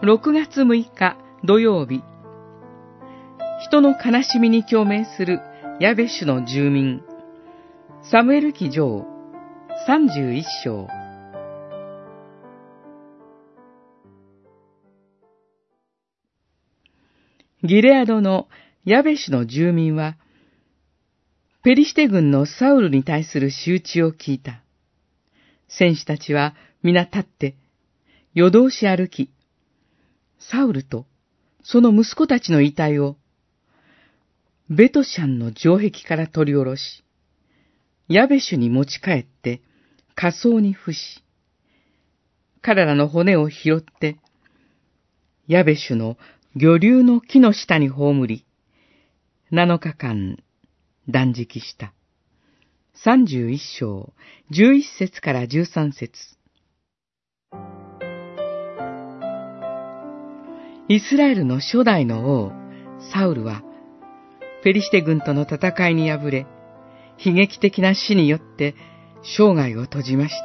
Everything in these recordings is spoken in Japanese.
6月6日土曜日、人の悲しみに共鳴するヤベシュの住民、サムエル記上31章。ギレアドのヤベシュの住民は、ペリシテ軍のサウルに対する仕打ちを聞いた。戦士たちは皆立って、夜通し歩き、サウルとその息子たちの遺体を、ベトシャンの城壁から取り下ろし、ヤベシュに持ち帰って火葬に付し、彼らの骨を拾って、ヤベシュの魚竜の木の下に葬り、7日間断食した。31章、11節から13節。イスラエルの初代の王、サウルは、ペリシテ軍との戦いに敗れ、悲劇的な死によって生涯を閉じました。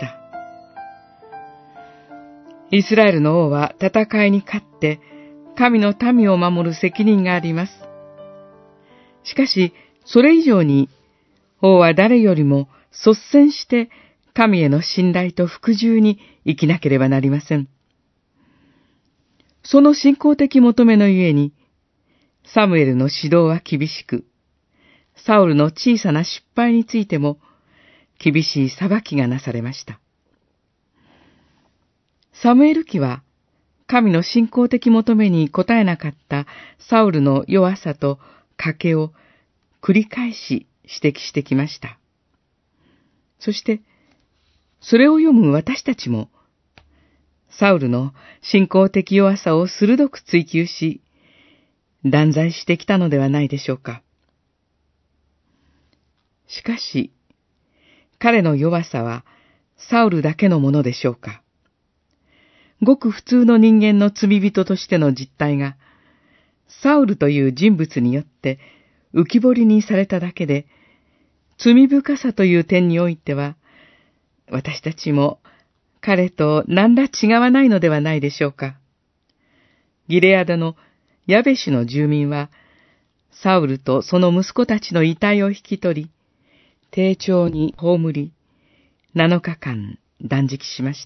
イスラエルの王は戦いに勝って、神の民を守る責任があります。しかし、それ以上に、王は誰よりも率先して神への信頼と服従に生きなければなりません。その信仰的求めのゆえに、サムエルの指導は厳しく、サウルの小さな失敗についても厳しい裁きがなされました。サムエル記は、神の信仰的求めに応えなかったサウルの弱さと賭けを繰り返し指摘してきました。そして、それを読む私たちも、サウルの信仰的弱さを鋭く追求し、断罪してきたのではないでしょうか。しかし、彼の弱さはサウルだけのものでしょうか。ごく普通の人間の罪人としての実態が、サウルという人物によって浮き彫りにされただけで、罪深さという点においては、私たちも彼と何ら違わないのではないでしょうか。ギレアドのヤベシュの住民は、サウルとその息子たちの遺体を引き取り、丁重に葬り、7日間断食しました。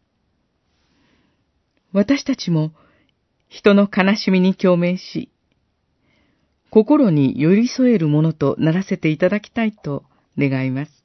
私たちも人の悲しみに共鳴し、心に寄り添えるものとならせていただきたいと願います。